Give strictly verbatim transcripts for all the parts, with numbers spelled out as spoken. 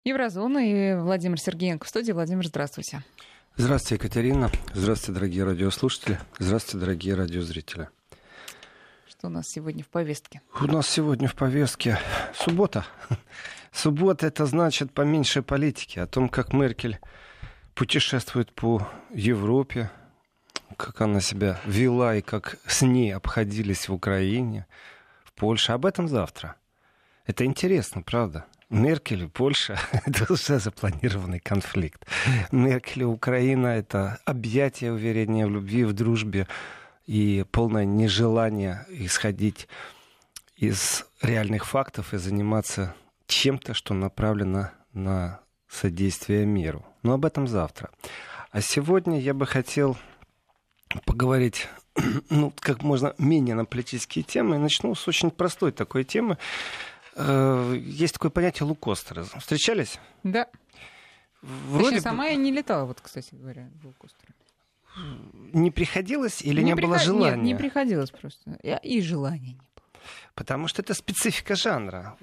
Еврозона и Владимир Сергеенко в студии. Владимир, здравствуйте. Здравствуйте, Екатерина. Здравствуйте, дорогие радиослушатели. Здравствуйте, дорогие радиозрители. Что у нас сегодня в повестке? У нас сегодня в повестке суббота. Суббота — это значит поменьше политики. О том, как Меркель путешествует по Европе, как она себя вела и как с ней обходились в Украине, в Польше. Об этом завтра. Это интересно, правда? Меркель и Польша — это уже запланированный конфликт. Меркель и Украина — это объятие, уверение в любви, в дружбе и полное нежелание исходить из реальных фактов и заниматься чем-то, что направлено на содействие миру. Но об этом завтра. А сегодня я бы хотел поговорить, ну, как можно менее на политические темы. И начну с очень простой такой темы. Есть такое понятие лоукостеры. Встречались? Да. Вроде бы... Сама я не летала, вот, кстати говоря, лоукостерами. Не приходилось или не, не было приход... желания? Нет, не приходилось просто. И желания не было. Потому что это специфика жанра.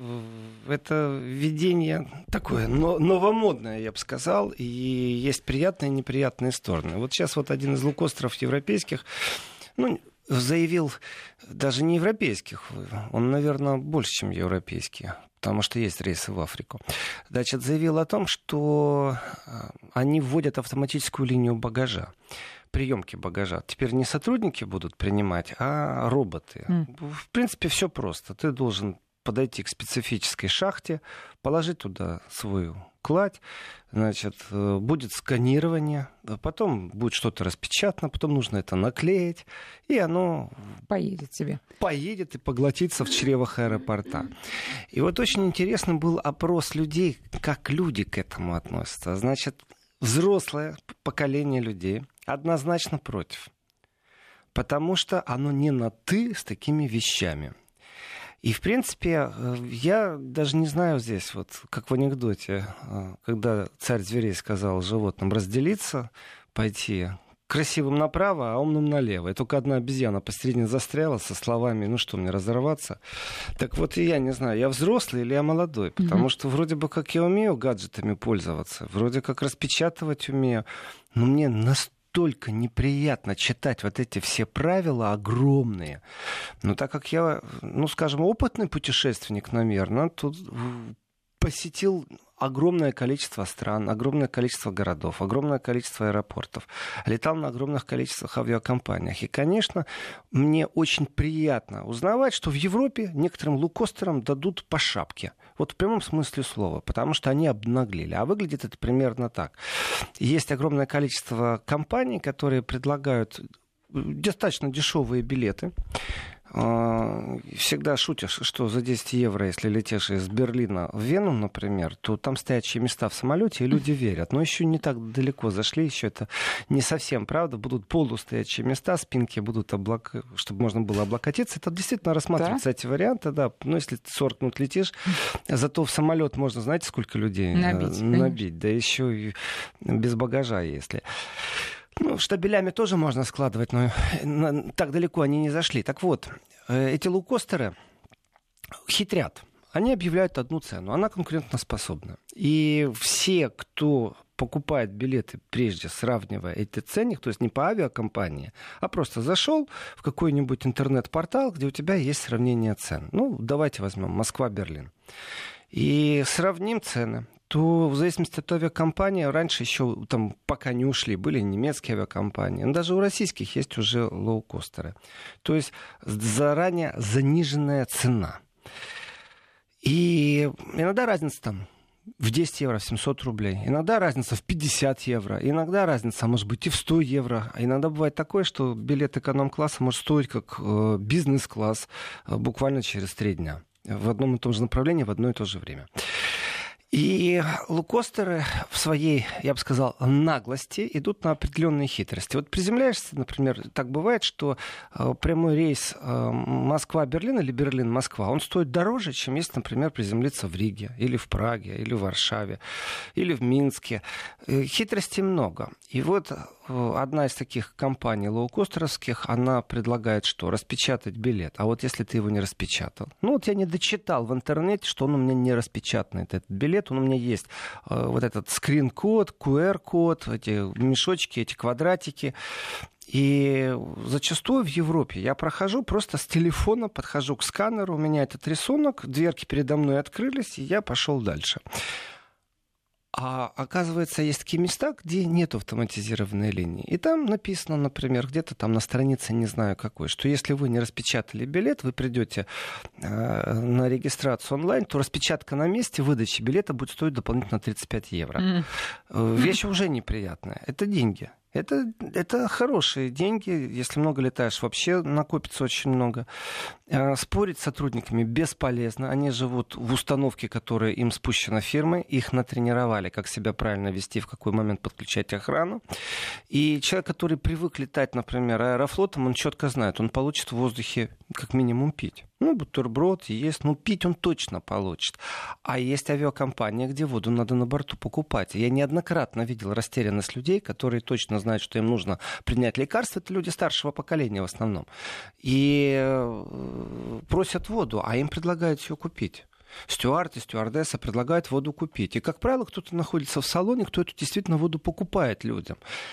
Это видение такое новомодное, я бы сказал. И есть приятные и неприятные стороны. Вот сейчас вот один из лоукостеров европейских, ну, заявил, даже не европейских, он, наверное, больше, чем европейские, потому что есть рейсы в Африку. Значит, заявил о том, что они вводят автоматическую линию багажа, приемки багажа. Теперь не сотрудники будут принимать, а роботы. Mm. В принципе, все просто. Ты должен подойти к специфической шахте, положить туда свою кладь, значит, будет сканирование, потом будет что-то распечатано, потом нужно это наклеить, и оно поедет себе. Поедет и поглотится в чревах аэропорта. И вот очень интересный был опрос людей, как люди к этому относятся. Значит, взрослое поколение людей однозначно против, потому что оно не на «ты» с такими вещами. И, в принципе, я даже не знаю здесь, вот как в анекдоте, когда царь зверей сказал животным разделиться, пойти красивым направо, а умным налево. И только одна обезьяна посередине застряла со словами: ну что, мне разорваться? Так вот и я не знаю, я взрослый или я молодой, потому mm-hmm. что вроде бы как я умею гаджетами пользоваться, вроде как распечатывать умею, но мне настолько Только неприятно читать вот эти все правила огромные. Но так как я, ну, скажем, опытный путешественник, наверное, тут посетил огромное количество стран, огромное количество городов, огромное количество аэропортов, летал на огромных количествах авиакомпаниях. И, конечно, мне очень приятно узнавать, что в Европе некоторым лоукостерам дадут по шапке. Вот в прямом смысле слова, потому что они обнаглели. А выглядит это примерно так. Есть огромное количество компаний, которые предлагают достаточно дешевые билеты. Всегда шутишь, что за десять евро, если летишь из Берлина в Вену, например, то там стоячие места в самолете, и люди верят. Но еще не так далеко зашли, еще это не совсем правда. Будут полустоячие места, спинки будут, облак... чтобы можно было облокотиться. Это действительно рассматриваются, да? Эти варианты, да. Но если сорок минут летишь, зато в самолет можно, знаете, сколько людей набить, набить, да еще и без багажа, если... Ну, штабелями тоже можно складывать, но так далеко они не зашли. Так вот, эти лоукостеры хитрят. Они объявляют одну цену, она конкурентоспособна. И все, кто покупает билеты, прежде сравнивая эти ценники, то есть не по авиакомпании, а просто зашел в какой-нибудь интернет-портал, где у тебя есть сравнение цен. Ну, давайте возьмем Москва-Берлин. И сравним цены. То в зависимости от авиакомпании, раньше еще, там, пока не ушли, были немецкие авиакомпании. Но даже у российских есть уже лоукостеры. То есть заранее заниженная цена. И иногда разница там в десять евро, в семьсот рублей. Иногда разница в пятьдесят евро. Иногда разница может быть и в сто евро. А иногда бывает такое, что билет эконом-класса может стоить как э, бизнес-класс э, буквально через три дня. В одном и том же направлении, в одно и то же время. И лоукостеры в своей, я бы сказал, наглости идут на определенные хитрости. Вот приземляешься, например, так бывает, что э, прямой рейс э, Москва-Берлин или Берлин-Москва, он стоит дороже, чем если, например, приземлиться в Риге, или в Праге, или в Варшаве, или в Минске. Э, хитростей много. И вот э, одна из таких компаний лоукостеровских, она предлагает что? Распечатать билет. А вот если ты его не распечатал? Ну вот я не дочитал в интернете, что он у меня не распечатанный, этот билет. билет, он у меня есть. Вот этот скрин-код, ку эр-код, эти мешочки, эти квадратики. И зачастую в Европе я прохожу просто с телефона, подхожу к сканеру, у меня этот рисунок, дверки передо мной открылись, и я пошел дальше. А оказывается, есть такие места, где нет автоматизированной линии. И там написано, например, где-то там на странице, не знаю какой, что если вы не распечатали билет, вы придете э, на регистрацию онлайн, то распечатка на месте, выдача билета будет стоить дополнительно тридцать пять евро. Mm. Вещь уже неприятная. Это деньги. Это, это хорошие деньги. Если много летаешь, вообще накопится очень много. Спорить с сотрудниками бесполезно. Они живут в установке, которая им спущена фирмой. Их натренировали, как себя правильно вести, в какой момент подключать охрану. И человек, который привык летать, например, аэрофлотом, он четко знает, он получит в воздухе как минимум пить. Ну, бутерброд есть, ну, пить он точно получит. А есть авиакомпания, где воду надо на борту покупать. Я неоднократно видел растерянность людей, которые точно знают, что им нужно принять лекарства. Это люди старшего поколения в основном. И просят воду, а им предлагают ее купить. Стюард и стюардесса предлагают воду купить. И, как правило, кто-то находится в салоне, кто эту действительно воду покупает людям.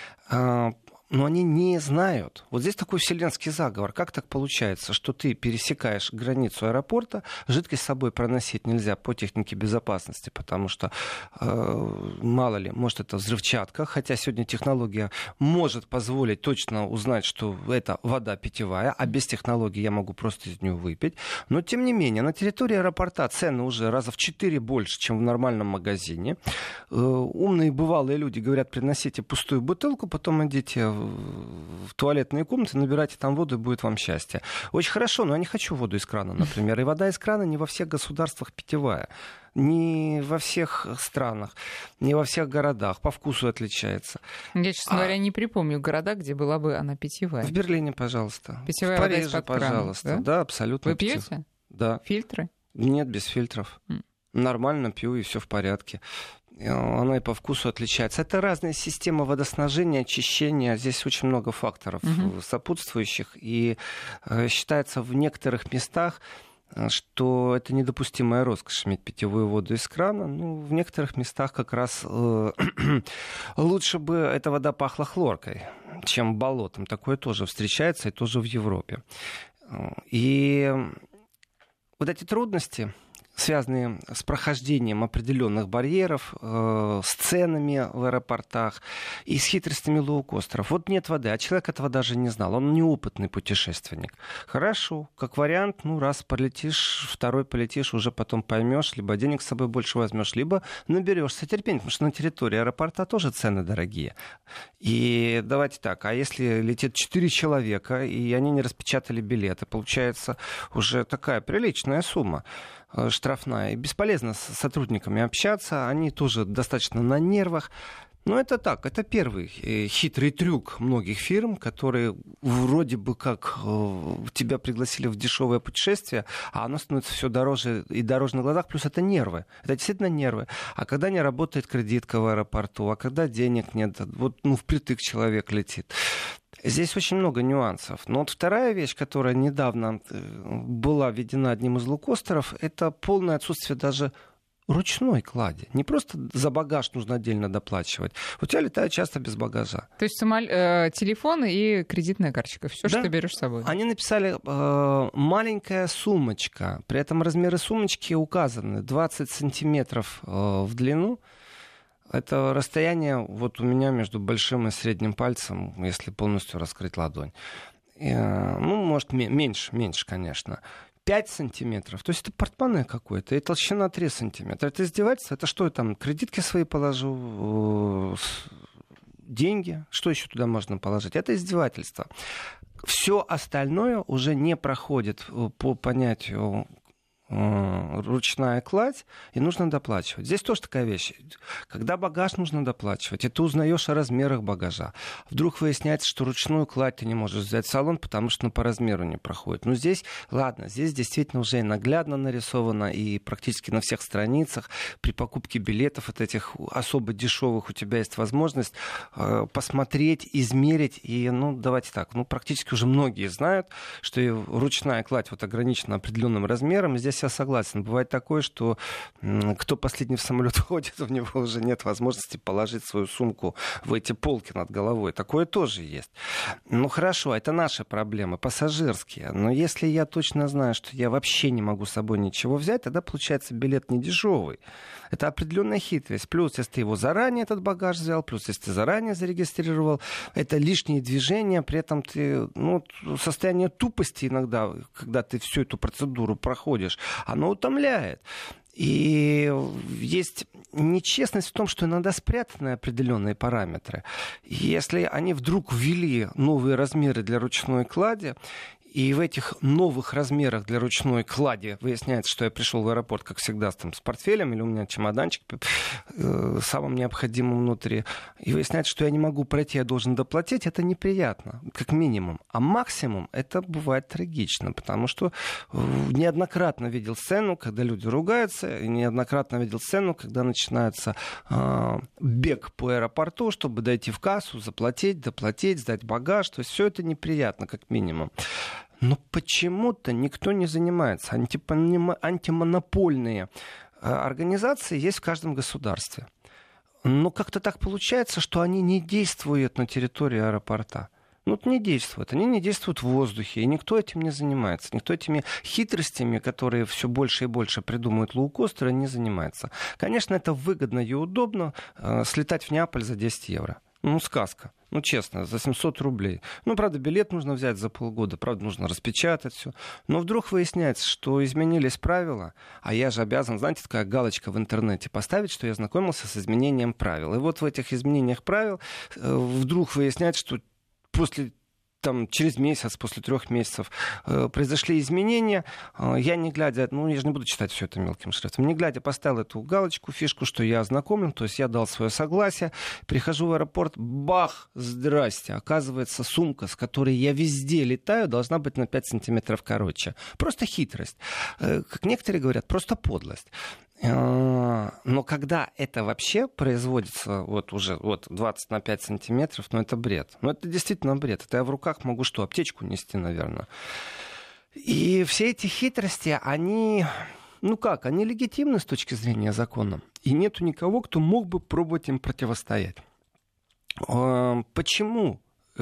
Но они не знают. Вот здесь такой вселенский заговор. Как так получается, что ты пересекаешь границу аэропорта, жидкость с собой проносить нельзя по технике безопасности, потому что, э, мало ли, может, это взрывчатка, хотя сегодня технология может позволить точно узнать, что это вода питьевая, а без технологии я могу просто из нее выпить. Но, тем не менее, на территории аэропорта цены уже раза в четыре больше, чем в нормальном магазине. Э, умные бывалые люди говорят, приносите пустую бутылку, потом идите в туалетные комнаты, набирайте там воду, и будет вам счастье. Очень хорошо, но я не хочу воду из крана, например. И вода из крана не во всех государствах питьевая. Не во всех странах, не во всех городах. По вкусу отличается. Я, честно а... говоря, не припомню города, где была бы она питьевая. В Берлине, пожалуйста. Питьевая в Париже, вода из-под пожалуйста. крана, да? Да, абсолютно. Вы пьете? Питьев... Да. Фильтры? Нет, без фильтров. Mm. Нормально пью, и все в порядке. Она и по вкусу отличается. Это разные системы водоснабжения, очищения. Здесь очень много факторов uh-huh. сопутствующих. И э, считается в некоторых местах, что это недопустимая роскошь иметь питьевую воду из крана. Ну, в некоторых местах как раз э, лучше бы эта вода пахла хлоркой, чем болотом. Такое тоже встречается, и тоже в Европе. И вот эти трудности, связанные с прохождением определенных барьеров, э, с ценами в аэропортах и с хитростями лоукостеров. Вот нет воды, а человек этого даже не знал. Он неопытный путешественник. Хорошо, как вариант, ну, раз полетишь, второй полетишь, уже потом поймешь, либо денег с собой больше возьмешь, либо наберешься терпения, потому что на территории аэропорта тоже цены дорогие. И давайте так, а если летит четыре человека, и они не распечатали билеты, получается уже такая приличная сумма штрафная. И бесполезно с сотрудниками общаться, они тоже достаточно на нервах. Но это так, это первый хитрый трюк многих фирм, которые вроде бы как тебя пригласили в дешевое путешествие, а оно становится все дороже и дороже на глазах, плюс это нервы. Это действительно нервы. А когда не работает кредитка в аэропорту, а когда денег нет, вот ну, впритык человек летит. Здесь очень много нюансов. Но вот вторая вещь, которая недавно была введена одним из лоукостеров, это полное отсутствие даже ручной клади. Не просто за багаж нужно отдельно доплачивать. Вот я летаю часто без багажа. То есть самол... э, телефон и кредитная карточка. Все, да, что ты берешь с собой. Они написали э, маленькая сумочка. При этом размеры сумочки указаны. двадцать сантиметров э, в длину. Это расстояние вот у меня между большим и средним пальцем, если полностью раскрыть ладонь. Э, ну, может, м- меньше, меньше, конечно. пять сантиметров. То есть это портмоне какое-то. И толщина три сантиметра. Это издевательство. Это что я там, кредитки свои положу, деньги? Что еще туда можно положить? Это издевательство. Все остальное уже не проходит по понятию ручная кладь, и нужно доплачивать. Здесь тоже такая вещь. Когда багаж нужно доплачивать, и ты узнаешь о размерах багажа. Вдруг выясняется, что ручную кладь ты не можешь взять в салон, потому что ну, по размеру не проходит. Но здесь, ладно, здесь действительно уже и наглядно нарисовано, и практически на всех страницах при покупке билетов от этих особо дешевых у тебя есть возможность э, посмотреть, измерить, и, ну, давайте так, ну, практически уже многие знают, что и ручная кладь вот ограничена определенным размером, и здесь с себя согласен. Бывает такое, что кто последний в самолет ходит, у него уже нет возможности положить свою сумку в эти полки над головой. Такое тоже есть. Ну хорошо, это наши проблемы, пассажирские. Но если я точно знаю, что я вообще не могу с собой ничего взять, тогда получается билет не дешевый. Это определенная хитрость. Плюс, если ты его заранее, этот багаж взял, плюс, если ты заранее зарегистрировал, это лишние движения, при этом ты, ну, состояние тупости иногда, когда ты всю эту процедуру проходишь, оно утомляет. И есть нечестность в том, что иногда спрятаны определенные параметры. Если они вдруг ввели новые размеры для ручной клади, и в этих новых размерах для ручной клади выясняется, что я пришел в аэропорт, как всегда, с, там, с портфелем, или у меня чемоданчик э, самым необходимым внутри, и выясняется, что я не могу пройти, я должен доплатить, это неприятно, как минимум. А максимум это бывает трагично, потому что э, неоднократно видел сцену, когда люди ругаются, и неоднократно видел сцену, когда начинается э, бег по аэропорту, чтобы дойти в кассу, заплатить, доплатить, сдать багаж. То есть все это неприятно, как минимум. Но почему-то никто не занимается. Антимонопольные организации есть в каждом государстве. Но как-то так получается, что они не действуют на территории аэропорта. Ну, это не действует. Они не действуют в воздухе, и никто этим не занимается. Никто этими хитростями, которые все больше и больше придумывают лоукостеры, не занимается. Конечно, это выгодно и удобно э, слетать в Неаполь за десять евро. Ну, сказка. Ну, честно, за семьсот рублей. Ну, правда, билет нужно взять за полгода, правда, нужно распечатать все. Но вдруг выясняется, что изменились правила, а я же обязан, знаете, такая галочка в интернете поставить, что я знакомился с изменением правил. И вот в этих изменениях правил э, вдруг выясняется, что после... Там, через месяц, после трех месяцев э, произошли изменения. Э, я не глядя, ну, я же не буду читать все это мелким шрифтом, не глядя поставил эту галочку, фишку, что я ознакомлен, то есть я дал свое согласие, прихожу в аэропорт, бах, здрасте. Оказывается, сумка, с которой я везде летаю, должна быть на пять сантиметров короче. Просто хитрость. Э, как некоторые говорят, просто подлость. Но когда это вообще производится вот уже вот двадцать на пять сантиметров, ну это бред. Ну это действительно бред. Это я в руках могу что, аптечку нести, наверное. И все эти хитрости, они, ну как, они легитимны с точки зрения закона. И нету никого, кто мог бы пробовать им противостоять. Почему?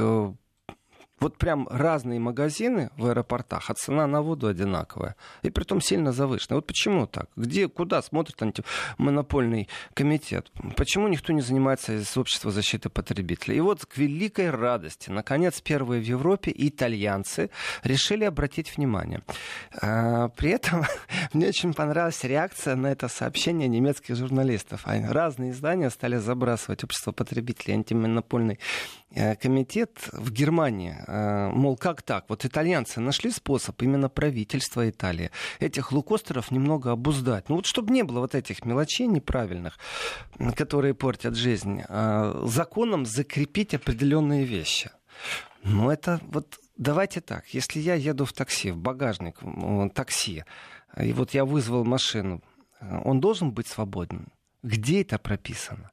Вот прям разные магазины в аэропортах, а цена на воду одинаковая. И притом сильно завышенная. Вот почему так? Где, куда смотрит антимонопольный комитет? Почему никто не занимается из общества защиты потребителей? И вот к великой радости, наконец, первые в Европе итальянцы решили обратить внимание. А, при этом мне очень понравилась реакция на это сообщение немецких журналистов. Разные издания стали забрасывать общество потребителей, антимонопольный комитет в Германии. Мол, как так? Вот итальянцы нашли способ, именно правительство Италии, этих лоукостеров немного обуздать. Ну вот чтобы не было вот этих мелочей неправильных, которые портят жизнь, законом закрепить определенные вещи. Ну это вот давайте так. Если я еду в такси, в багажник такси, и вот я вызвал машину, он должен быть свободен? Где это прописано?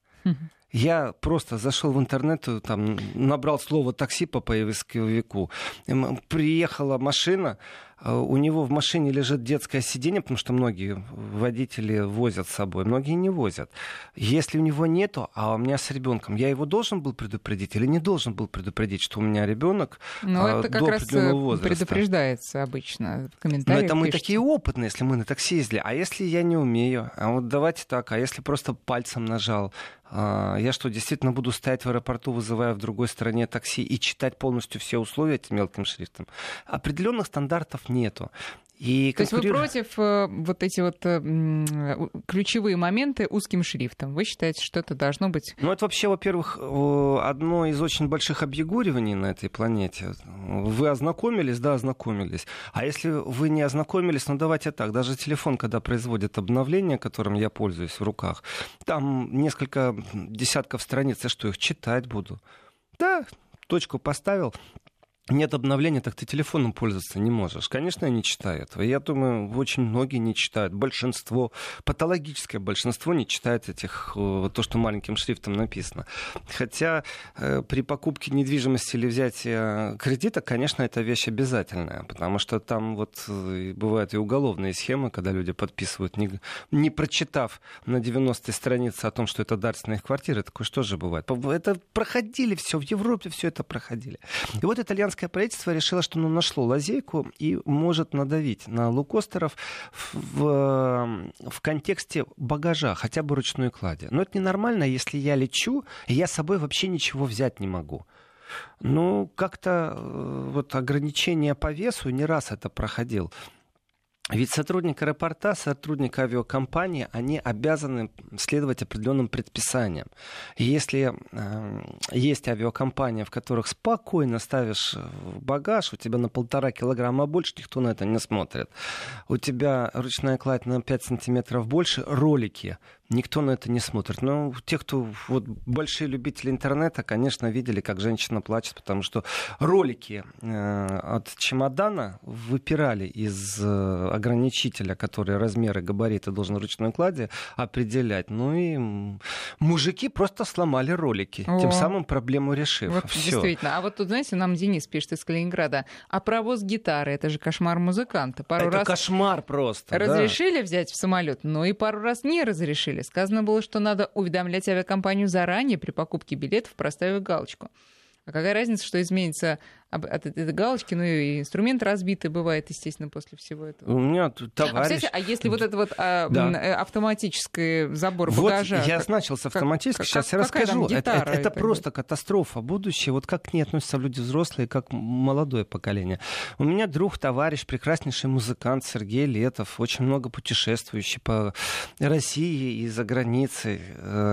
Я просто зашел в интернет, там, набрал слово «такси» по поисковику. Приехала машина, у него в машине лежит детское сиденье, потому что многие водители возят с собой, многие не возят. Если у него нету, а у меня с ребенком, я его должен был предупредить или не должен был предупредить, что у меня ребенок Но а, это как до раз определенного возраста? Предупреждается обычно в комментариях. Но это мы пишется. Такие опытные, если мы на такси ездили. А если я не умею? А вот давайте так, а если просто пальцем нажал? Я что, действительно буду стоять в аэропорту, вызывая в другой стороне такси и читать полностью все условия этим мелким шрифтом? Определенных стандартов нету. И То конкурир... есть вы против э, вот эти вот э, ключевые моменты узким шрифтом? Вы считаете, что это должно быть... Ну, это вообще, во-первых, одно из очень больших объегуриваний на этой планете. Вы ознакомились? Да, ознакомились. А если вы не ознакомились, ну, давайте так. Даже телефон, когда производит обновление, которым я пользуюсь в руках, там несколько десятков страниц. Я что, их читать буду? Да, точку поставил. нет обновления, так ты телефоном пользоваться не можешь. Конечно, я не читаю этого. Я думаю, очень многие не читают. Большинство, патологическое большинство не читает этих, то, что маленьким шрифтом написано. Хотя э, при покупке недвижимости или взятии кредита, конечно, это вещь обязательная. Потому что там вот бывают и уголовные схемы, когда люди подписывают, не, не прочитав на девяностой странице о том, что это дарственная их квартира. Такое что же бывает? Это проходили все, в Европе все это проходили. И вот итальянское правительство решило, что оно нашло лазейку и может надавить на лоукостеров в, в контексте багажа, хотя бы ручной клади. Но это ненормально, если я лечу, и я с собой вообще ничего взять не могу. Ну, как-то вот ограничение по весу, не раз это проходил. Ведь сотрудник аэропорта, сотрудник авиакомпании, они обязаны следовать определенным предписаниям. И если э, есть авиакомпания, в которых спокойно ставишь багаж, у тебя на полтора килограмма больше, никто на это не смотрит. У тебя ручная кладь на пять сантиметров больше, ролики. Никто на это не смотрит. Но те, кто вот, большие любители интернета, конечно, видели, как женщина плачет, потому что ролики э, от чемодана выпирали из э, ограничителя, который размеры, габариты должен в ручной клади определять. Ну и мужики просто сломали ролики, О. тем самым проблему решив. Вот, действительно. А вот тут, знаете, нам Денис пишет из Калининграда. А провоз гитары — это же кошмар музыканта. Пару это раз кошмар просто. Разрешили да. взять в самолет, но и пару раз не разрешили. Сказано было, что надо уведомлять авиакомпанию заранее при покупке билетов, проставив галочку. А какая разница, что изменится от этой галочки? Ну и инструмент разбитый бывает, естественно, после всего этого. У меня тут товарищ... А, кстати, а если вот это вот а, да. автоматический забор багажа? Вот я как, начал с автоматически, сейчас как, я расскажу. Гитара, это это, это просто катастрофа будущее. Вот как к ней относятся люди взрослые, как молодое поколение. У меня друг, товарищ, прекраснейший музыкант Сергей Летов, очень много путешествующий по России и за границей.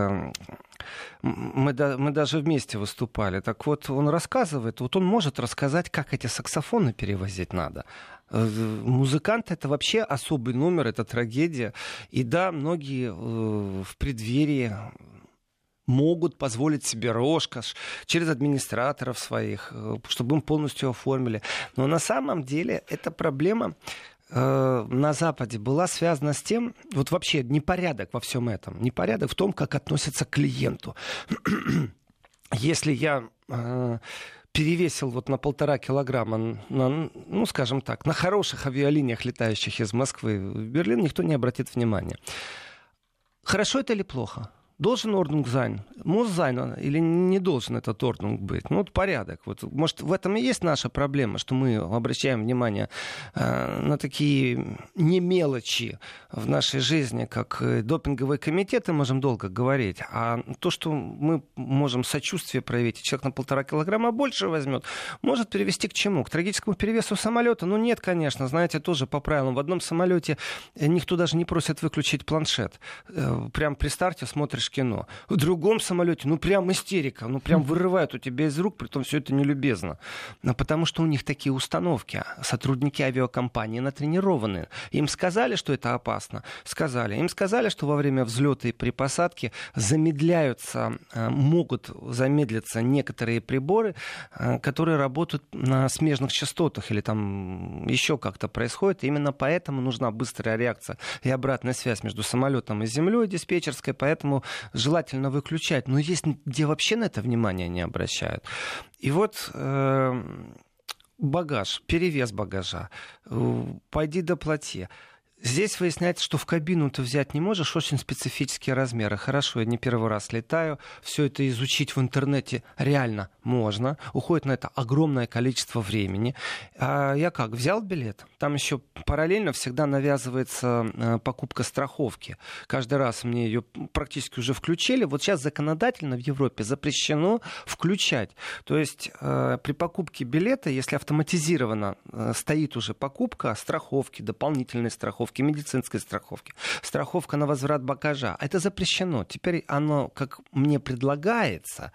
Мы, да, мы даже вместе выступали. Так вот, он рассказывает, вот он может рассказать, как эти саксофоны перевозить надо. Музыкант — это вообще особый номер, это трагедия. И да, многие э, в преддверии могут позволить себе роскошь через администраторов своих, чтобы им полностью оформили. Но на самом деле эта проблема на Западе была связана с тем, вот вообще непорядок во всем этом, непорядок в том, как относятся к клиенту. Если я э, перевесил вот на полтора килограмма, на, ну, скажем так, на хороших авиалиниях, летающих из Москвы в Берлин, никто не обратит внимания. Хорошо это или плохо? Должен Ordnung sein? Muss sein или не должен этот Ordnung быть? Ну, вот порядок. Вот, может, в этом и есть наша проблема, что мы обращаем внимание э, на такие не мелочи в нашей жизни, как допинговые комитеты, можем долго говорить, а то, что мы можем сочувствие проявить, и человек на полтора килограмма больше возьмет, может привести к чему? К трагическому перевесу самолета? Ну, нет, конечно. Знаете, тоже по правилам. В одном самолете никто даже не просит выключить планшет. Э, прям при старте смотришь кино. В другом самолете, ну, прям истерика, ну, прям вырывают у тебя из рук, притом все это нелюбезно. Но потому что у них такие установки. Сотрудники авиакомпании натренированы. Им сказали, что это опасно? Сказали. Им сказали, что во время взлета и при посадке замедляются, могут замедлиться некоторые приборы, которые работают на смежных частотах или там еще как-то происходит. Именно поэтому нужна быстрая реакция и обратная связь между самолетом и землей диспетчерской, поэтому желательно выключать. Но есть где вообще на это внимание не обращают. И вот э, багаж, перевес багажа, э, пойди доплати. Здесь выясняется, что в кабину ты взять не можешь, очень специфические размеры. Хорошо, я не первый раз летаю, все это изучить в интернете реально можно. Уходит на это огромное количество времени. А я как, взял билет? Там еще параллельно всегда навязывается покупка страховки. Каждый раз мне ее практически уже включили. Вот сейчас законодательно в Европе запрещено включать. То есть при покупке билета, если автоматизированно стоит уже покупка страховки, дополнительной страховки, медицинской страховки, страховка на возврат багажа. Это запрещено. Теперь оно, как мне предлагается,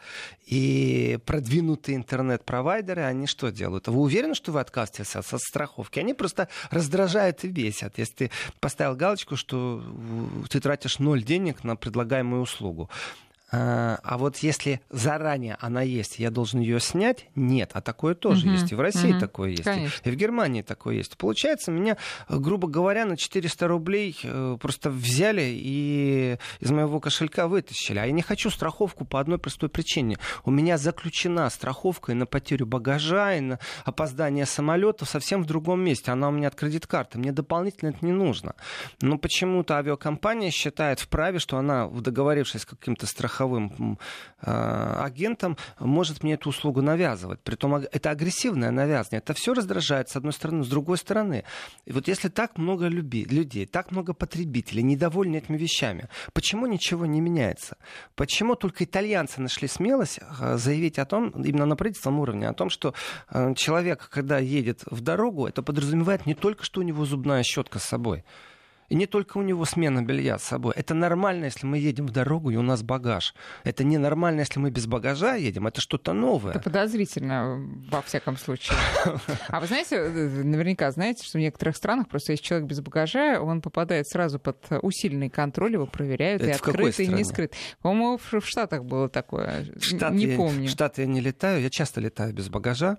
и продвинутые интернет-провайдеры, они что делают? Вы уверены, что вы откажетесь от страховки? Они просто раздражают и бесят. Если ты поставил галочку, что ты тратишь ноль денег на предлагаемую услугу. А, а вот если заранее она есть, я должен ее снять, нет. А такое тоже uh-huh. есть. И в России uh-huh. такое есть. Конечно. И в Германии такое есть. Получается, меня, грубо говоря, на четыреста рублей просто взяли и из моего кошелька вытащили. А я не хочу страховку по одной простой причине. У меня заключена страховка и на потерю багажа, и на опоздание самолета совсем в другом месте. Она у меня от кредит-карты. Мне дополнительно это не нужно. Но почему-то авиакомпания считает вправе, что она, договорившись с каким-то страховым э, агентом, может мне эту услугу навязывать. Притом это агрессивное навязывание. Это все раздражает, с одной стороны. С другой стороны, и вот если так много люби, людей, так много потребителей, недовольны этими вещами, почему ничего не меняется? Почему только итальянцы нашли смелость заявить о том, именно на правительственном уровне, о том, что э, человек, когда едет в дорогу, это подразумевает не только, что у него зубная щетка с собой, и не только у него смена белья с собой. Это нормально, если мы едем в дорогу, и у нас багаж. Это ненормально, если мы без багажа едем. Это что-то новое. Это подозрительно, во всяком случае. А вы знаете, наверняка знаете, что в некоторых странах просто есть человек без багажа, он попадает сразу под усиленный контроль, его проверяют, это и открыт, и не скрыт. По-моему, в Штатах было такое. Штат не я, помню. В Штаты я не летаю. Я часто летаю без багажа.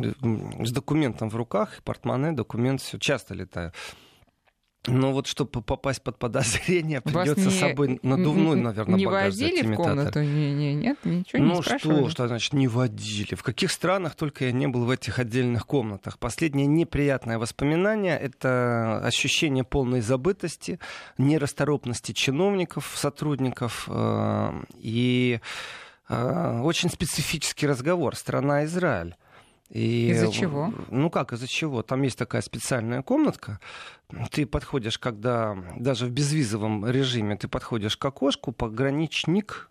С документом в руках, портмоне, документ, все. Часто летаю. Но вот чтобы попасть под подозрение, придется с собой надувной, наверное, не багаж взять. Не водили в комнату? Не, не, нет, ничего не ну спрашивали? Ну что, что значит не водили? В каких странах только я не был в этих отдельных комнатах. Последнее неприятное воспоминание — это ощущение полной забытости, нерасторопности чиновников, сотрудников э, и э, очень специфический разговор. Страна Израиль. И, из-за чего? Ну как, из-за чего? Там есть такая специальная комнатка. Ты подходишь, когда даже в безвизовом режиме, ты подходишь к окошку, пограничник,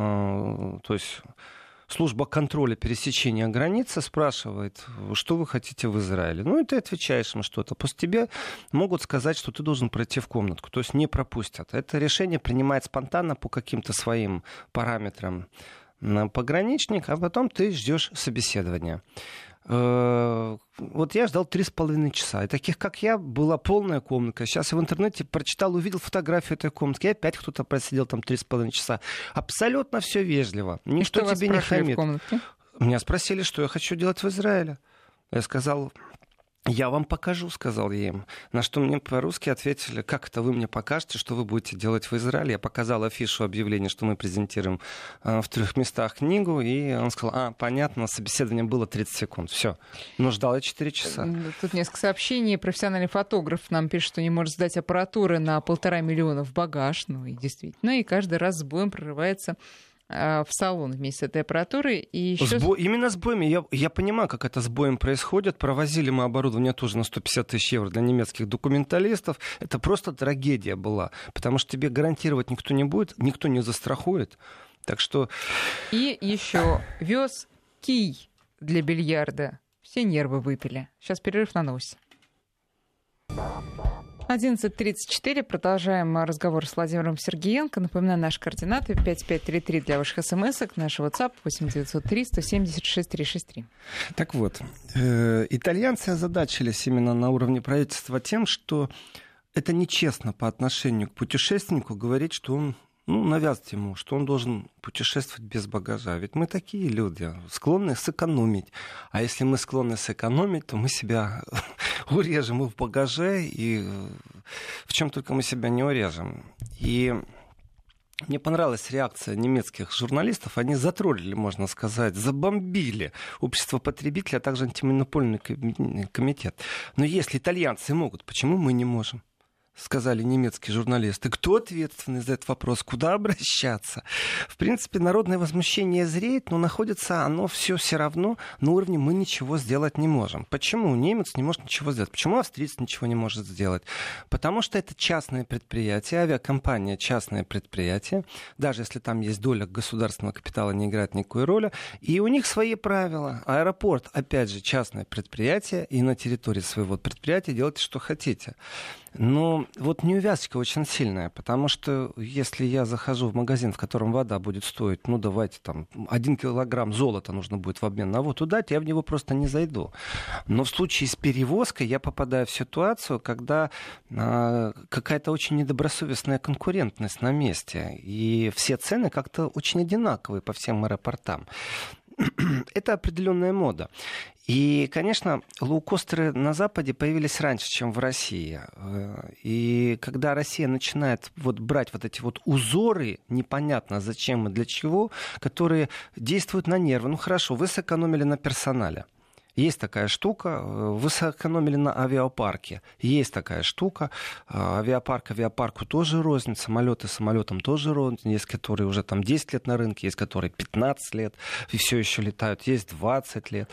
э, то есть служба контроля пересечения границы спрашивает, что вы хотите в Израиле. Ну и ты отвечаешь им что-то. После тебя могут сказать, что ты должен пройти в комнатку. То есть не пропустят. Это решение принимает спонтанно по каким-то своим параметрам пограничник, а потом ты ждешь собеседования. Вот я ждал три с половиной часа. И таких, как я, была полная комната. Сейчас я в интернете прочитал, увидел фотографию этой комнатки. И опять кто-то просидел там три с половиной часа. Абсолютно все вежливо. Никто и что тебе вас не хамит. В комнатке? Меня спросили, что я хочу делать в Израиле. Я сказал... Я вам покажу, сказал я им. На что мне по-русски ответили, как это вы мне покажете, что вы будете делать в Израиле. Я показал афишу объявления, что мы презентируем э, в трех местах книгу. И он сказал, а, понятно, собеседование было тридцать секунд. Все. Но ждал я четыре часа. Тут несколько сообщений. Профессиональный фотограф нам пишет, что не может сдать аппаратуры на полтора миллиона в багаж. Ну и действительно. И каждый раз с боем прорывается в салон вместе с этой аппаратурой. И еще... Сбо... Именно с боями. Я, я понимаю, как это с боем происходит. Провозили мы оборудование тоже на сто пятьдесят тысяч евро для немецких документалистов. Это просто трагедия была. Потому что тебе гарантировать никто не будет, никто не застрахует. Так что... И еще вез кий для бильярда. Все нервы выпили. Сейчас перерыв на новости. одиннадцать тридцать четыре. Продолжаем разговор с Владимиром Сергеенко. Напоминаю, наши координаты пять пять три три для ваших смс-ок. Наш WhatsApp восемь девятьсот три сто семьдесят шесть триста шестьдесят три. Так вот, э, итальянцы озадачились именно на уровне правительства тем, что это нечестно по отношению к путешественнику говорить, что он, ну, навязывать ему, что он должен путешествовать без багажа. Ведь мы такие люди, склонны сэкономить. А если мы склонны сэкономить, то мы себя урежем и в багаже, и в чем только мы себя не урежем. И мне понравилась реакция немецких журналистов. Они затроллили, можно сказать, забомбили общество потребителей, а также антимонопольный комитет. Но если итальянцы могут, почему мы не можем? Сказали немецкие журналисты. Кто ответственный за этот вопрос? Куда обращаться? В принципе, народное возмущение зреет, но находится оно все все равно на уровне «мы ничего сделать не можем». Почему немец не может ничего сделать? Почему австриец ничего не может сделать? Потому что это частное предприятие, авиакомпания частное предприятие, даже если там есть доля государственного капитала, не играет никакой роли, и у них свои правила. Аэропорт, опять же, частное предприятие, и на территории своего предприятия делайте, что хотите. Но вот неувязочка очень сильная, потому что если я захожу в магазин, в котором вода будет стоить, ну давайте там, один килограмм золота нужно будет в обмен на воду дать, я в него просто не зайду. Но в случае с перевозкой я попадаю в ситуацию, когда э, какая-то очень недобросовестная конкурентность на месте, и все цены как-то очень одинаковые по всем аэропортам. Это определенная мода. И, конечно, лоукостеры на Западе появились раньше, чем в России. И когда Россия начинает вот брать вот эти вот узоры, непонятно зачем и для чего, которые действуют на нервы. Ну хорошо, вы сэкономили на персонале. Есть такая штука. Вы сэкономили на авиапарке. Есть такая штука. Авиапарк авиапарку тоже рознь. Самолеты самолетам тоже рознь. Есть, которые уже там десять лет на рынке. Есть, которые пятнадцать лет. И все еще летают. Есть двадцать лет.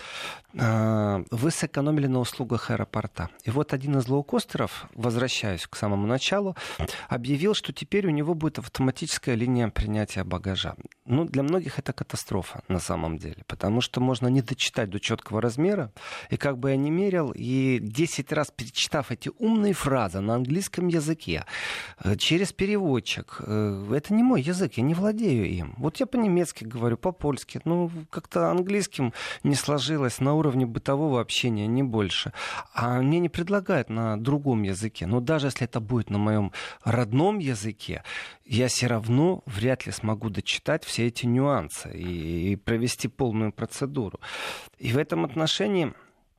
Вы сэкономили на услугах аэропорта. И вот один из лоукостеров, возвращаюсь к самому началу, объявил, что теперь у него будет автоматическая линия принятия багажа. Ну, для многих это катастрофа на самом деле. Потому что можно не дочитать до четкого размера. И как бы я ни мерил, и десять раз перечитав эти умные фразы на английском языке, через переводчик, это не мой язык, я не владею им. Вот я по-немецки говорю, по-польски, ну, как-то английским не сложилось на уровне бытового общения, не больше. А мне не предлагают на другом языке. Но даже если это будет на моем родном языке, я все равно вряд ли смогу дочитать все эти нюансы и, и провести полную процедуру. И в этом отношении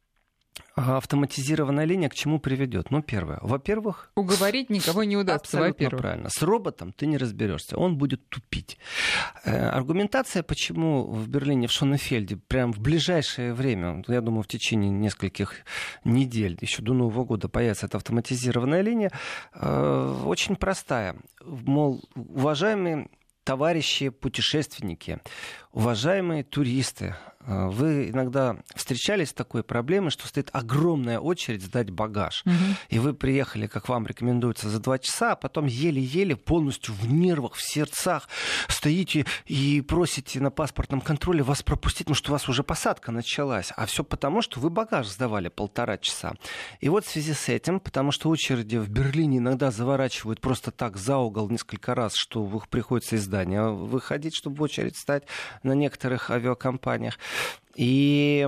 автоматизированная линия к чему приведет? Ну, первое. Во-первых... Уговорить никого не удастся, абсолютно во-первых. Правильно. С роботом ты не разберешься. Он будет тупить. Э, аргументация, почему в Берлине, в Шонефельде, прям в ближайшее время, я думаю, в течение нескольких недель, еще до Нового года появится эта автоматизированная линия, э, очень простая. Мол, уважаемые товарищи путешественники, уважаемые туристы, вы иногда встречались с такой проблемой, что стоит огромная очередь сдать багаж. Угу. И вы приехали, как вам рекомендуется, за два часа, а потом еле-еле, полностью в нервах, в сердцах стоите и просите на паспортном контроле вас пропустить, потому что у вас уже посадка началась. А все потому, что вы багаж сдавали полтора часа. И вот в связи с этим, потому что очереди в Берлине иногда заворачивают просто так за угол несколько раз, что приходится из здания выходить, чтобы в очередь встать на некоторых авиакомпаниях. И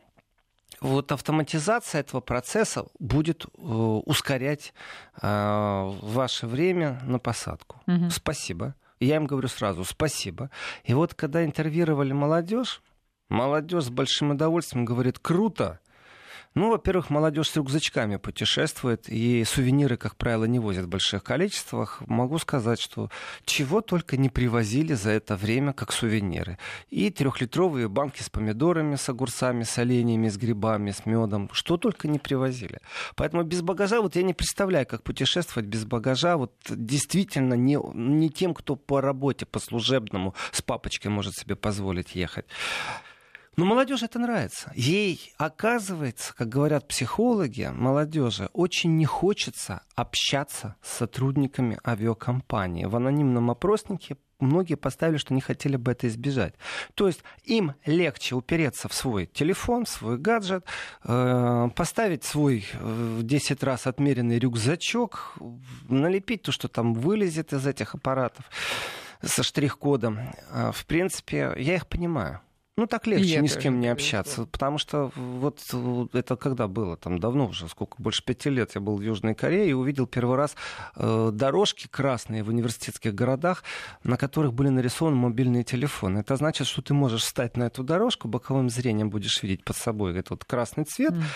вот автоматизация этого процесса будет э, ускорять э, ваше время на посадку. Угу. Спасибо. Я им говорю сразу спасибо. И вот когда интервьюировали молодежь, молодежь с большим удовольствием говорит: круто. Ну, во-первых, молодежь с рюкзачками путешествует, и сувениры, как правило, не возят в больших количествах. Могу сказать, что чего только не привозили за это время, как сувениры. И трехлитровые банки с помидорами, с огурцами, с оленями, с грибами, с медом. Что только не привозили. Поэтому без багажа, вот я не представляю, как путешествовать без багажа. Вот действительно не, не тем, кто по работе, по служебному с папочкой может себе позволить ехать. Но молодежи это нравится. Ей, оказывается, как говорят психологи, молодежи очень не хочется общаться с сотрудниками авиакомпании. В анонимном опроснике многие поставили, что не хотели бы это избежать. То есть им легче упереться в свой телефон, в свой гаджет, э, поставить свой в десять раз отмеренный рюкзачок, налепить то, что там вылезет из этих аппаратов со штрих-кодом. В принципе, я их понимаю. Ну, так легче ни с кем не общаться, что. Потому что вот это когда было, там давно уже, сколько, больше пяти лет я был в Южной Корее и увидел первый раз э, дорожки красные в университетских городах, на которых были нарисованы мобильные телефоны. Это значит, что ты можешь встать на эту дорожку, боковым зрением будешь видеть под собой этот вот красный цвет, mm.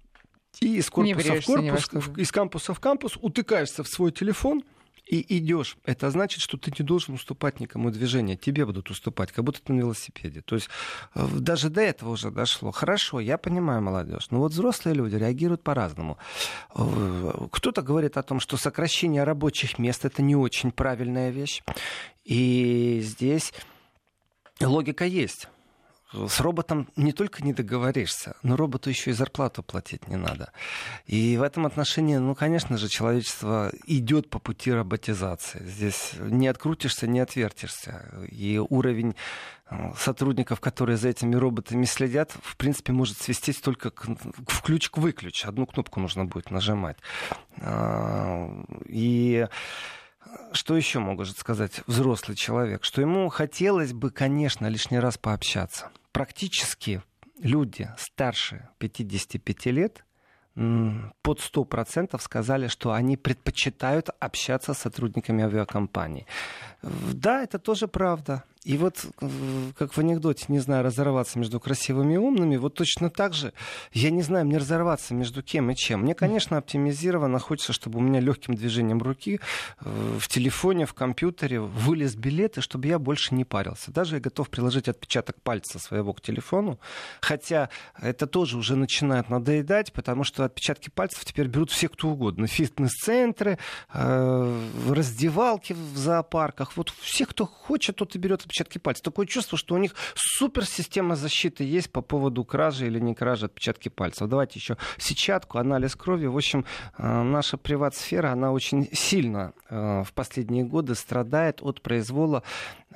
и из корпуса в корпус, из кампуса в кампус утыкаешься в свой телефон, и идешь. Это значит, что ты не должен уступать никому движение. Тебе будут уступать, как будто ты на велосипеде. То есть даже до этого уже дошло. Хорошо, я понимаю молодежь. Но вот взрослые люди реагируют по-разному. Кто-то говорит о том, что сокращение рабочих мест — это не очень правильная вещь. И здесь логика есть. С роботом не только не договоришься, но роботу еще и зарплату платить не надо. И в этом отношении, ну, конечно же, человечество идет по пути роботизации. Здесь не открутишься, не отвертишься. И уровень сотрудников, которые за этими роботами следят, в принципе, может свестись только к включ-выключ. Одну кнопку нужно будет нажимать. И что еще могу сказать взрослый человек? Что ему хотелось бы, конечно, лишний раз пообщаться. Практически люди старше пятидесяти пяти лет под сто процентов сказали, что они предпочитают общаться с сотрудниками авиакомпании. Да, это тоже правда. И вот, как в анекдоте, не знаю, разорваться между красивыми и умными, вот точно так же, я не знаю, мне разорваться между кем и чем. Мне, конечно, оптимизированно хочется, чтобы у меня легким движением руки в телефоне, в компьютере вылез билет, и чтобы я больше не парился. Даже я готов приложить отпечаток пальца своего к телефону, хотя это тоже уже начинает надоедать, потому что отпечатки пальцев теперь берут все кто угодно. Фитнес-центры, раздевалки в зоопарках. Вот все, кто хочет, тот и берет отпечатки пальцев. Такое чувство, что у них суперсистема защиты есть по поводу кражи или не кражи отпечатки пальцев. Давайте еще сетчатку, анализ крови. В общем, наша приват-сфера, она очень сильно в последние годы страдает от произвола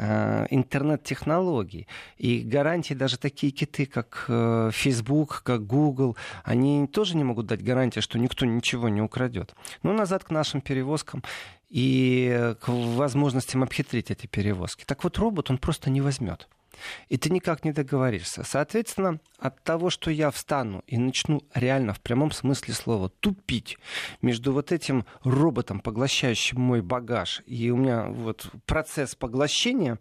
интернет-технологий. И гарантии даже такие киты, как Facebook, как Google, они тоже не могут дать гарантии, что никто ничего не украдет. Но назад к нашим перевозкам и к возможностям обхитрить эти перевозки. Так вот, робот он просто не возьмет. И ты никак не договоришься. Соответственно, от того, что я встану и начну реально в прямом смысле слова тупить между вот этим роботом, поглощающим мой багаж, и у меня вот процесс поглощения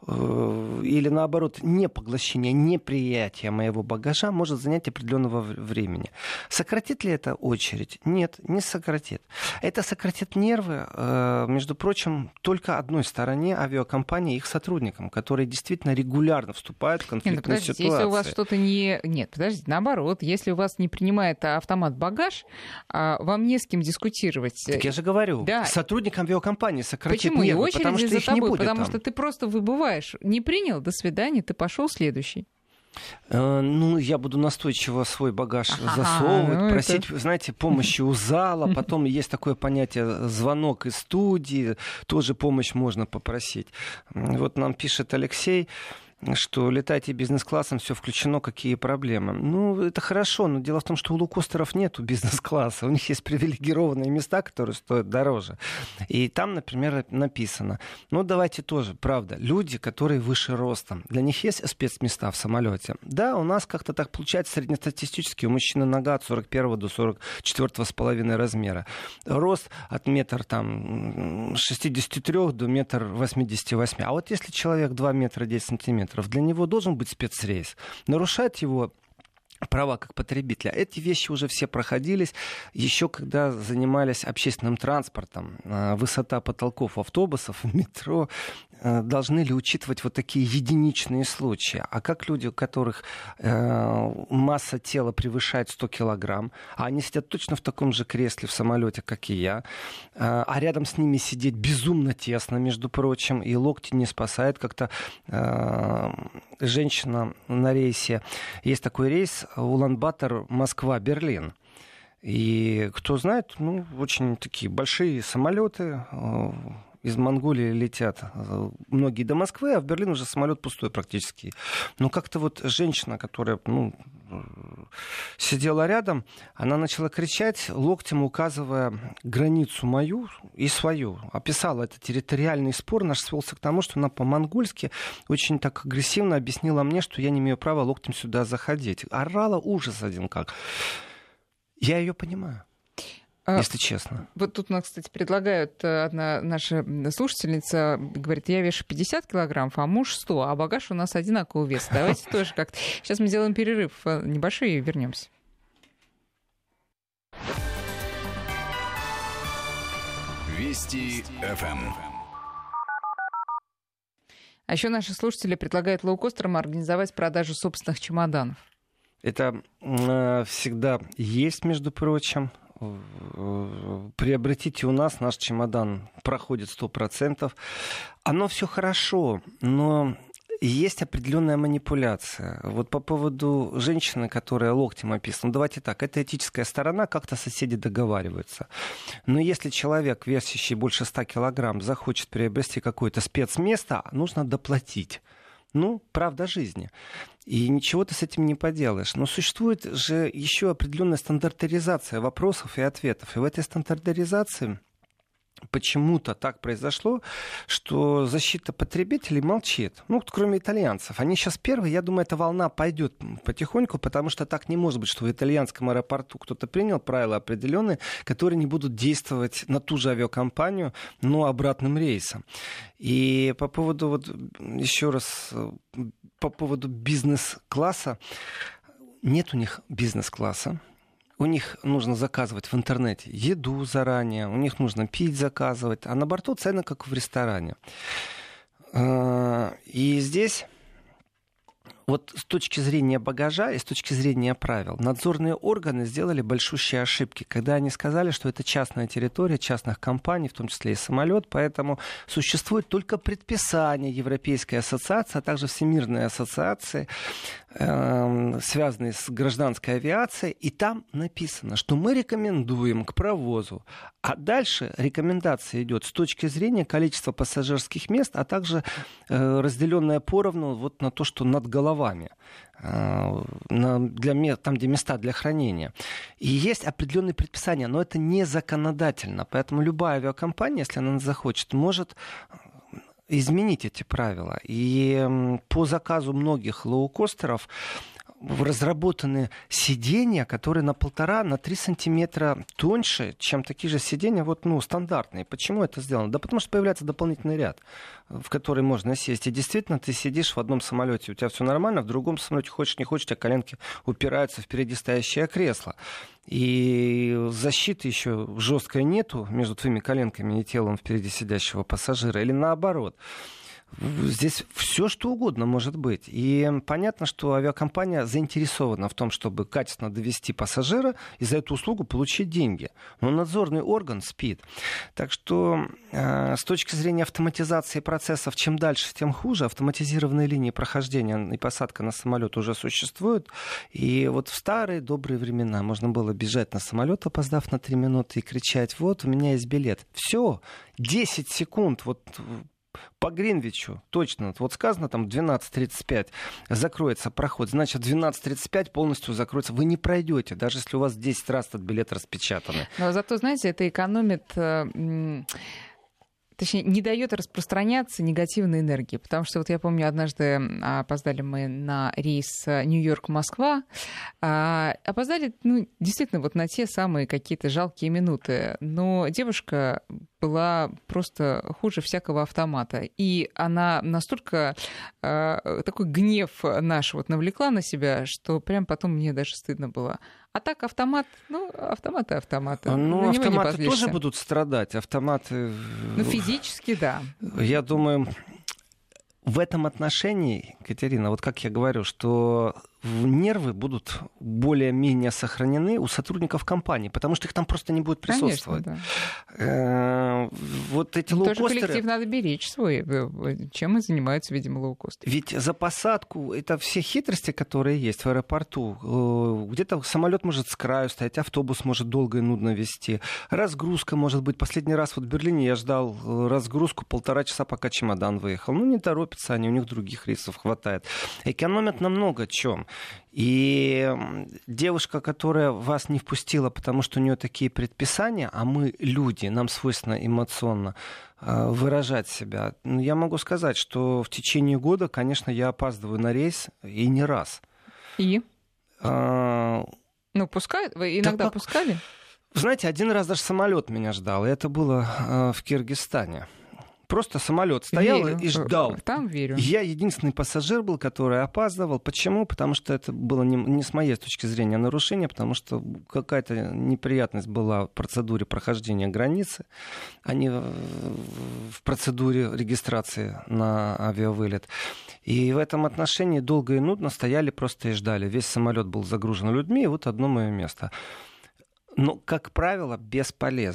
э, или наоборот не поглощения, неприятия моего багажа может занять определенного времени. Сократит ли это очередь? Нет, не сократит. Это сократит нервы, э, между прочим, только одной стороне авиакомпании и их сотрудникам, которые действительно регулярно вступают в конфликтные Нет, ну, ситуации. Если у вас что-то не... Нет, подождите, наоборот, если у вас не принимает автомат багаж, вам не с кем дискутировать. Так я же говорю, да. Сотрудникам авиакомпании сократит Почему? нервы, И очереди потому что за их тобой, не будет потому там. что ты просто выбываешь. Не принял, до свидания, ты пошел следующий. Э, ну, я буду настойчиво свой багаж Ага, засовывать, ну просить, это... знаете, помощи у зала. Потом есть такое понятие звонок из студии, тоже помощь можно попросить. Вот нам пишет Алексей, что летайте бизнес-классом, все включено, какие проблемы. Ну, это хорошо, но дело в том, что у лоукостеров нету бизнес-класса. У них есть привилегированные места, которые стоят дороже. И там, например, написано, ну, давайте тоже, правда, люди, которые выше ростом, для них есть спецместа в самолете. Да, у нас как-то так получается среднестатистически, у мужчины нога от сорок первого до сорок четвёртого с половиной размера. Рост от метр там шестидесяти трёх до метр восьмидесяти восьми. А вот если человек два метра десять сантиметров, для него должен быть спецрейс. Нарушать его права как потребителя. Эти вещи уже все проходились еще когда занимались общественным транспортом. Высота потолков автобусов, метро должны ли учитывать вот такие единичные случаи. А как люди, у которых э, масса тела превышает сто килограмм, а они сидят точно в таком же кресле в самолете, как и я, э, а рядом с ними сидеть безумно тесно, между прочим, и локти не спасают. Как-то э, женщина на рейсе, есть такой рейс Улан-Батор, Москва, Берлин. И кто знает, ну, очень такие большие самолеты, э, из Монголии летят многие до Москвы, а в Берлин уже самолет пустой практически. Но как-то вот женщина, которая ну, сидела рядом, она начала кричать, локтем указывая границу мою и свою. Описала этот территориальный спор, наш свелся к тому, что она по-монгольски очень так агрессивно объяснила мне, что я не имею права локтем сюда заходить. Орала ужас один как. Я ее понимаю. Если честно. Вот тут нас, кстати, предлагают, одна наша слушательница говорит, я вешу пятьдесят килограммов, а муж сто, а багаж у нас одинакового веса. Давайте тоже как-то. Сейчас мы сделаем перерыв небольшой и вернемся. Вести эф эм. А еще наши слушатели предлагают лоукостерам организовать продажу собственных чемоданов. Это э, всегда есть, между прочим. Приобретите у нас, наш чемодан проходит сто процентов. Оно все хорошо, но есть определенная манипуляция. Вот по поводу женщины, которая локтем описана. Ну, давайте так, это этическая сторона, как-то соседи договариваются. Но если человек, весящий больше ста килограмм, захочет приобрести какое-то спецместо, нужно доплатить. Ну, правда жизни. И ничего ты с этим не поделаешь. Но существует же еще определенная стандартизация вопросов и ответов. И в этой стандартизации почему-то так произошло, что защита потребителей молчит. Ну, кроме итальянцев. Они сейчас первые. Я думаю, эта волна пойдет потихоньку, потому что так не может быть, что в итальянском аэропорту кто-то принял правила определенные, которые не будут действовать на ту же авиакомпанию, но обратным рейсом. И по поводу, вот, еще раз, по поводу бизнес-класса. Нет у них бизнес-класса. У них нужно заказывать в интернете еду заранее, у них нужно пить заказывать, а на борту цены как в ресторане. И здесь вот с точки зрения багажа и с точки зрения правил надзорные органы сделали большущие ошибки, когда они сказали, что это частная территория частных компаний, в том числе и самолет, поэтому существует только предписание Европейской ассоциации, а также Всемирной ассоциации, э, связанной с гражданской авиацией, и там написано, что мы рекомендуем к провозу, а дальше рекомендация идет с точки зрения количества пассажирских мест, а также э, разделенная поровну вот на то, что над головой. Для, там, где места для хранения. И есть определенные предписания, но это не законодательно. Поэтому любая авиакомпания, если она захочет, может изменить эти правила. И по заказу многих лоукостеров разработаны сиденья, которые на полтора, на три сантиметра тоньше, чем такие же сиденья, вот, ну, стандартные. Почему это сделано? Да потому что появляется дополнительный ряд, в который можно сесть. И действительно, ты сидишь в одном самолете, у тебя все нормально, в другом самолете, хочешь не хочешь, у тебя коленки упираются в впереди стоящее кресло. И защиты еще жесткой нету между твоими коленками и телом впереди сидящего пассажира, или наоборот. Здесь все, что угодно может быть. И понятно, что авиакомпания заинтересована в том, чтобы качественно довести пассажира и за эту услугу получить деньги. Но надзорный орган спит. Так что э, с точки зрения автоматизации процессов, чем дальше, тем хуже. Автоматизированные линии прохождения и посадка на самолет уже существуют. И вот в старые добрые времена можно было бежать на самолет, опоздав на три минуты, и кричать: вот, у меня есть билет. Все, десять секунд, вот... По Гринвичу, точно, вот сказано там двенадцать тридцать пять закроется проход, значит в двенадцать тридцать пять полностью закроется. Вы не пройдете, даже если у вас десять раз этот билет распечатан. Но зато, знаете, это экономит... Точнее, не дает распространяться негативной энергии. Потому что вот я помню, однажды опоздали мы на рейс Нью-Йорк-Москва. Опоздали, ну, действительно, вот на те самые какие-то жалкие минуты. Но девушка была просто хуже всякого автомата. И она настолько э, такой гнев наш вот навлекла на себя, что прям потом мне даже стыдно было. А так автомат, ну, автоматы автоматы. Ну, автоматы тоже будут страдать. Автоматы... Ну, физически, да. Я думаю, в этом отношении, Катерина, вот как я говорю, что нервы будут более-менее сохранены у сотрудников компании, потому что их там просто не будет присутствовать. Конечно, да. Вот эти лоукостеры... Тоже коллектив надо беречь свой, чем и занимаются, видимо, лоукостеры. Ведь за посадку это все хитрости, которые есть в аэропорту. Где-то самолет может с краю стоять, автобус может долго и нудно вести. Разгрузка может быть. Последний раз вот в Берлине я ждал разгрузку полтора часа, пока чемодан выехал. Ну, не торопятся они, у них других рейсов хватает. Экономят на много чем. И девушка, которая вас не впустила, потому что у нее такие предписания, а мы люди, нам свойственно эмоционно выражать себя. Я могу сказать, что в течение года, конечно, я опаздываю на рейс, и не раз. И? А... Ну, пускают? Вы иногда да, пускали? Знаете, один раз даже самолет меня ждал, и это было в Киргизстане. Просто самолет стоял верю. И ждал. Там верю. Я единственный пассажир был, который опаздывал. Почему? Потому что это было не, не с моей точки зрения нарушение, потому что какая-то неприятность была в процедуре прохождения границы, а не в процедуре регистрации на авиавылет. И в этом отношении долго и нудно стояли просто и ждали. Весь самолет был загружен людьми, и вот одно мое место. Но, как правило, бесполезно.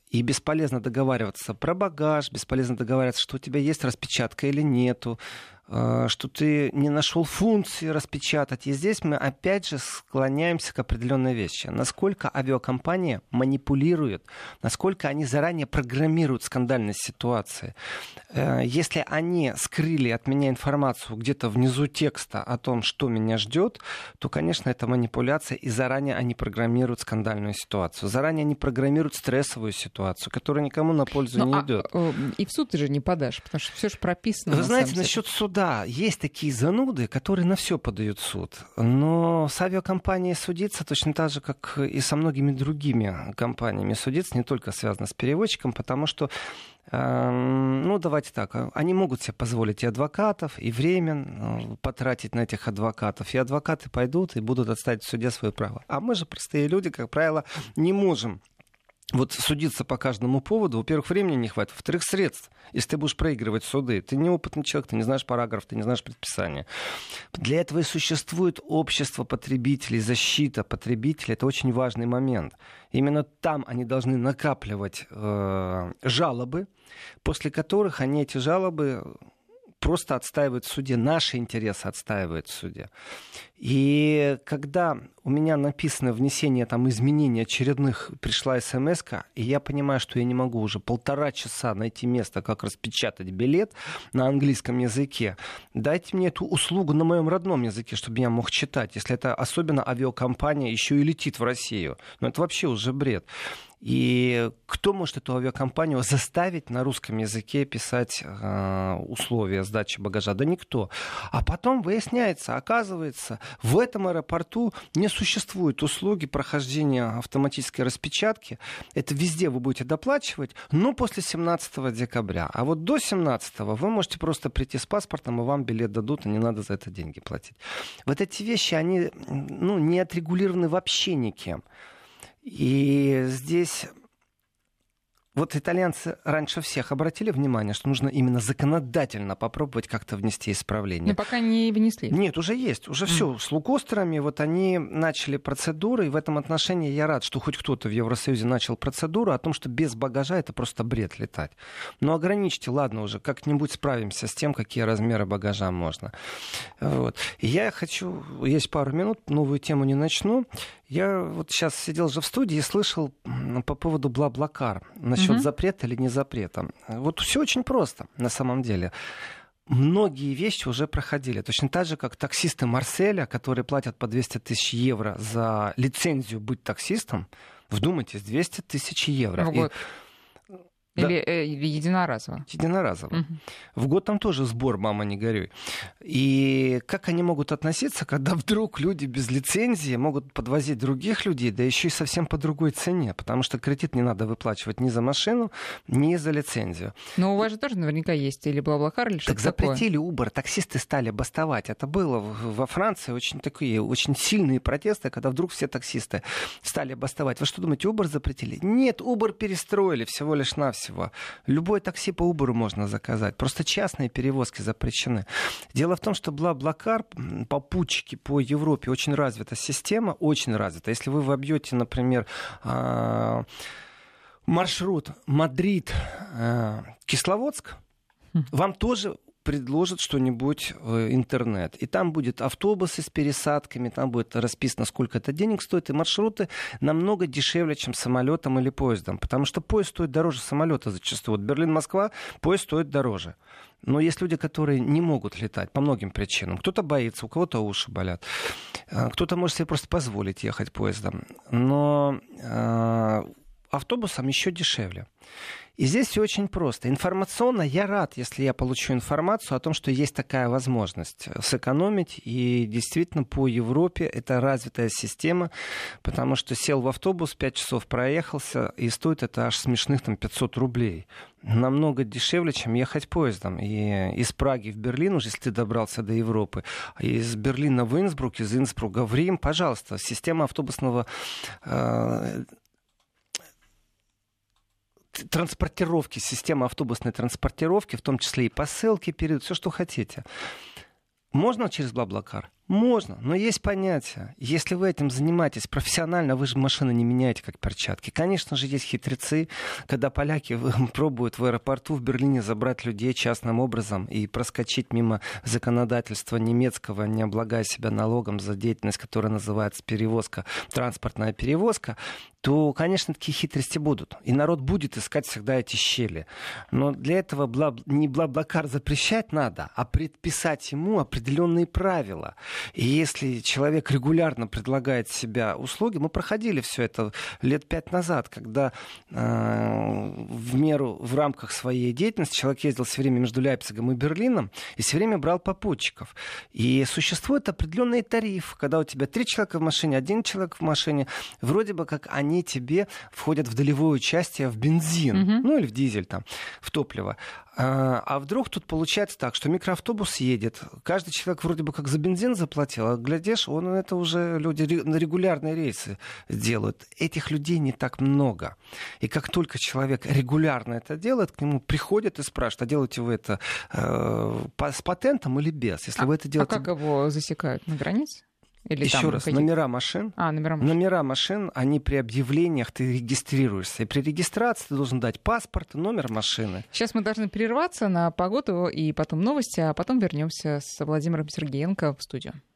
И бесполезно договариваться про багаж, бесполезно договариваться, что у тебя есть распечатка или нету, что ты не нашел функции распечатать. И здесь мы опять же склоняемся к определенной вещи. Насколько авиакомпания манипулирует, насколько они заранее программируют скандальные ситуации. Если они скрыли от меня информацию где-то внизу текста о том, что меня ждет, то, конечно, это манипуляция, и заранее они программируют скандальную ситуацию. Заранее они программируют стрессовую ситуацию, которая никому на пользу ну, не а, идет. И в суд ты же не подашь, потому что все же прописано. Вы знаете, насчет суда. Да, есть такие зануды, которые на все подают в суд. Но с авиакомпанией судиться точно так же, как и со многими другими компаниями судиться, не только связано с перевозчиком, потому что, э, ну, давайте так, они могут себе позволить и адвокатов, и время э, потратить на этих адвокатов. И адвокаты пойдут и будут отстаивать в суде свое право. А мы же, простые люди, как правило, не можем вот судиться по каждому поводу. Во-первых, времени не хватит. Во-вторых, средств. Если ты будешь проигрывать суды, ты неопытный человек, ты не знаешь параграф, ты не знаешь предписания. Для этого и существует общество потребителей, защита потребителей. Это очень важный момент. Именно там они должны накапливать э, жалобы, после которых они эти жалобы просто отстаивают в суде, наши интересы отстаивают в суде. И когда у меня написано внесение там, изменений очередных, пришла смс-ка, и я понимаю, что я не могу уже полтора часа найти место, как распечатать билет на английском языке, дайте мне эту услугу на моем родном языке, чтобы я мог читать, если это особенно авиакомпания еще и летит в Россию. Но это вообще уже бред. И кто может эту авиакомпанию заставить на русском языке писать э, условия сдачи багажа? Да никто. А потом выясняется, оказывается, в этом аэропорту не существует услуги прохождения автоматической распечатки. Это везде вы будете доплачивать, но после семнадцатого декабря. А вот до семнадцатого вы можете просто прийти с паспортом, и вам билет дадут, и не надо за это деньги платить. Вот эти вещи, они ну, не отрегулированы вообще никем. И здесь вот итальянцы раньше всех обратили внимание, что нужно именно законодательно попробовать как-то внести исправление. Но пока не внесли. Нет, уже есть. Уже mm. все. С лукостерами вот они начали процедуры, и в этом отношении я рад, что хоть кто-то в Евросоюзе начал процедуру о том, что без багажа это просто бред летать. Но ограничьте, ладно уже, как-нибудь справимся с тем, какие размеры багажа можно. Вот. И я хочу, есть пару минут, новую тему не начну. Я вот сейчас сидел же в студии и слышал по поводу Бла-Бла-Кар насчет mm-hmm. запрета или не запрета. Вот все очень просто на самом деле. Многие вещи уже проходили. Точно так же, как таксисты Марселя, которые платят по двести тысяч евро за лицензию быть таксистом. Вдумайтесь, двести тысяч евро. В год. Или э, единоразово? Единоразово. Угу. В год там тоже сбор, мама, не горюй. И как они могут относиться, когда вдруг люди без лицензии могут подвозить других людей, да еще и совсем по другой цене, потому что кредит не надо выплачивать ни за машину, ни за лицензию. Но у вас же тоже наверняка есть или Бла-Бла-Кар, или что-то такое. Так запретили такое. Uber, таксисты стали бастовать. Это было во Франции очень такие, очень сильные протесты, когда вдруг все таксисты стали бастовать. Вы что думаете, Uber запретили? Нет, Uber перестроили всего лишь навсего. Любое такси по Uber можно заказать. Просто частные перевозки запрещены. Дело в том, что Бла-Бла-Кар, попутчики по Европе, очень развита система, очень развита. Если вы вобьете, например, маршрут Мадрид-Кисловодск, вам тоже предложат что-нибудь в интернет. И там будет автобусы с пересадками, там будет расписано, сколько это денег стоит, и маршруты намного дешевле, чем самолетом или поездом. Потому что поезд стоит дороже самолета зачастую. Вот Берлин-Москва, поезд стоит дороже. Но есть люди, которые не могут летать по многим причинам. Кто-то боится, у кого-то уши болят. Кто-то может себе просто позволить ехать поездом. Но э, автобусом еще дешевле. И здесь все очень просто. Информационно я рад, если я получу информацию о том, что есть такая возможность сэкономить. И действительно по Европе это развитая система, потому что сел в автобус, пять часов проехался, и стоит это аж смешных там, пятьсот рублей. Намного дешевле, чем ехать поездом. И из Праги в Берлин, уже если ты добрался до Европы, из Берлина в Инсбрук, из Инсбрука в Рим, пожалуйста, система автобусного э- транспортировки, система автобусной транспортировки, в том числе и посылки передают, все, что хотите. Можно через Бла-Бла-Кар? Можно, но есть понятие. Если вы этим занимаетесь профессионально, вы же машины не меняете как перчатки. Конечно же, есть хитрецы, когда поляки пробуют в аэропорту в Берлине забрать людей частным образом и проскочить мимо законодательства немецкого, не облагая себя налогом за деятельность, которая называется перевозка, транспортная перевозка, то, конечно, такие хитрости будут. И народ будет искать всегда эти щели. Но для этого бла... не бла-блакар запрещать надо, а предписать ему определенные правила. И если человек регулярно предлагает себя услуги, мы проходили все это лет пять назад, когда э, в меру, в рамках своей деятельности человек ездил все время между Лейпцигом и Берлином и все время брал попутчиков. И существует определенный тариф, когда у тебя три человека в машине, один человек в машине, вроде бы как они они тебе входят в долевое участие в бензин, mm-hmm. ну или в дизель, там, в топливо. А, а вдруг тут получается так, что микроавтобус едет, каждый человек вроде бы как за бензин заплатил, а глядишь, он это уже люди на регулярные рейсы делают. Этих людей не так много. И как только человек регулярно это делает, к нему приходят и спрашивают, а делаете вы это э, с патентом или без? Если а, вы это делаете... а как его засекают? На границе? Или Еще там раз, какие-то... номера машин. А, номера машин. Номера машин, они при объявлениях, ты регистрируешься. И при регистрации ты должен дать паспорт и номер машины. Сейчас мы должны прерваться на погоду и потом новости, а потом вернемся с Владимиром Сергеенко в студию.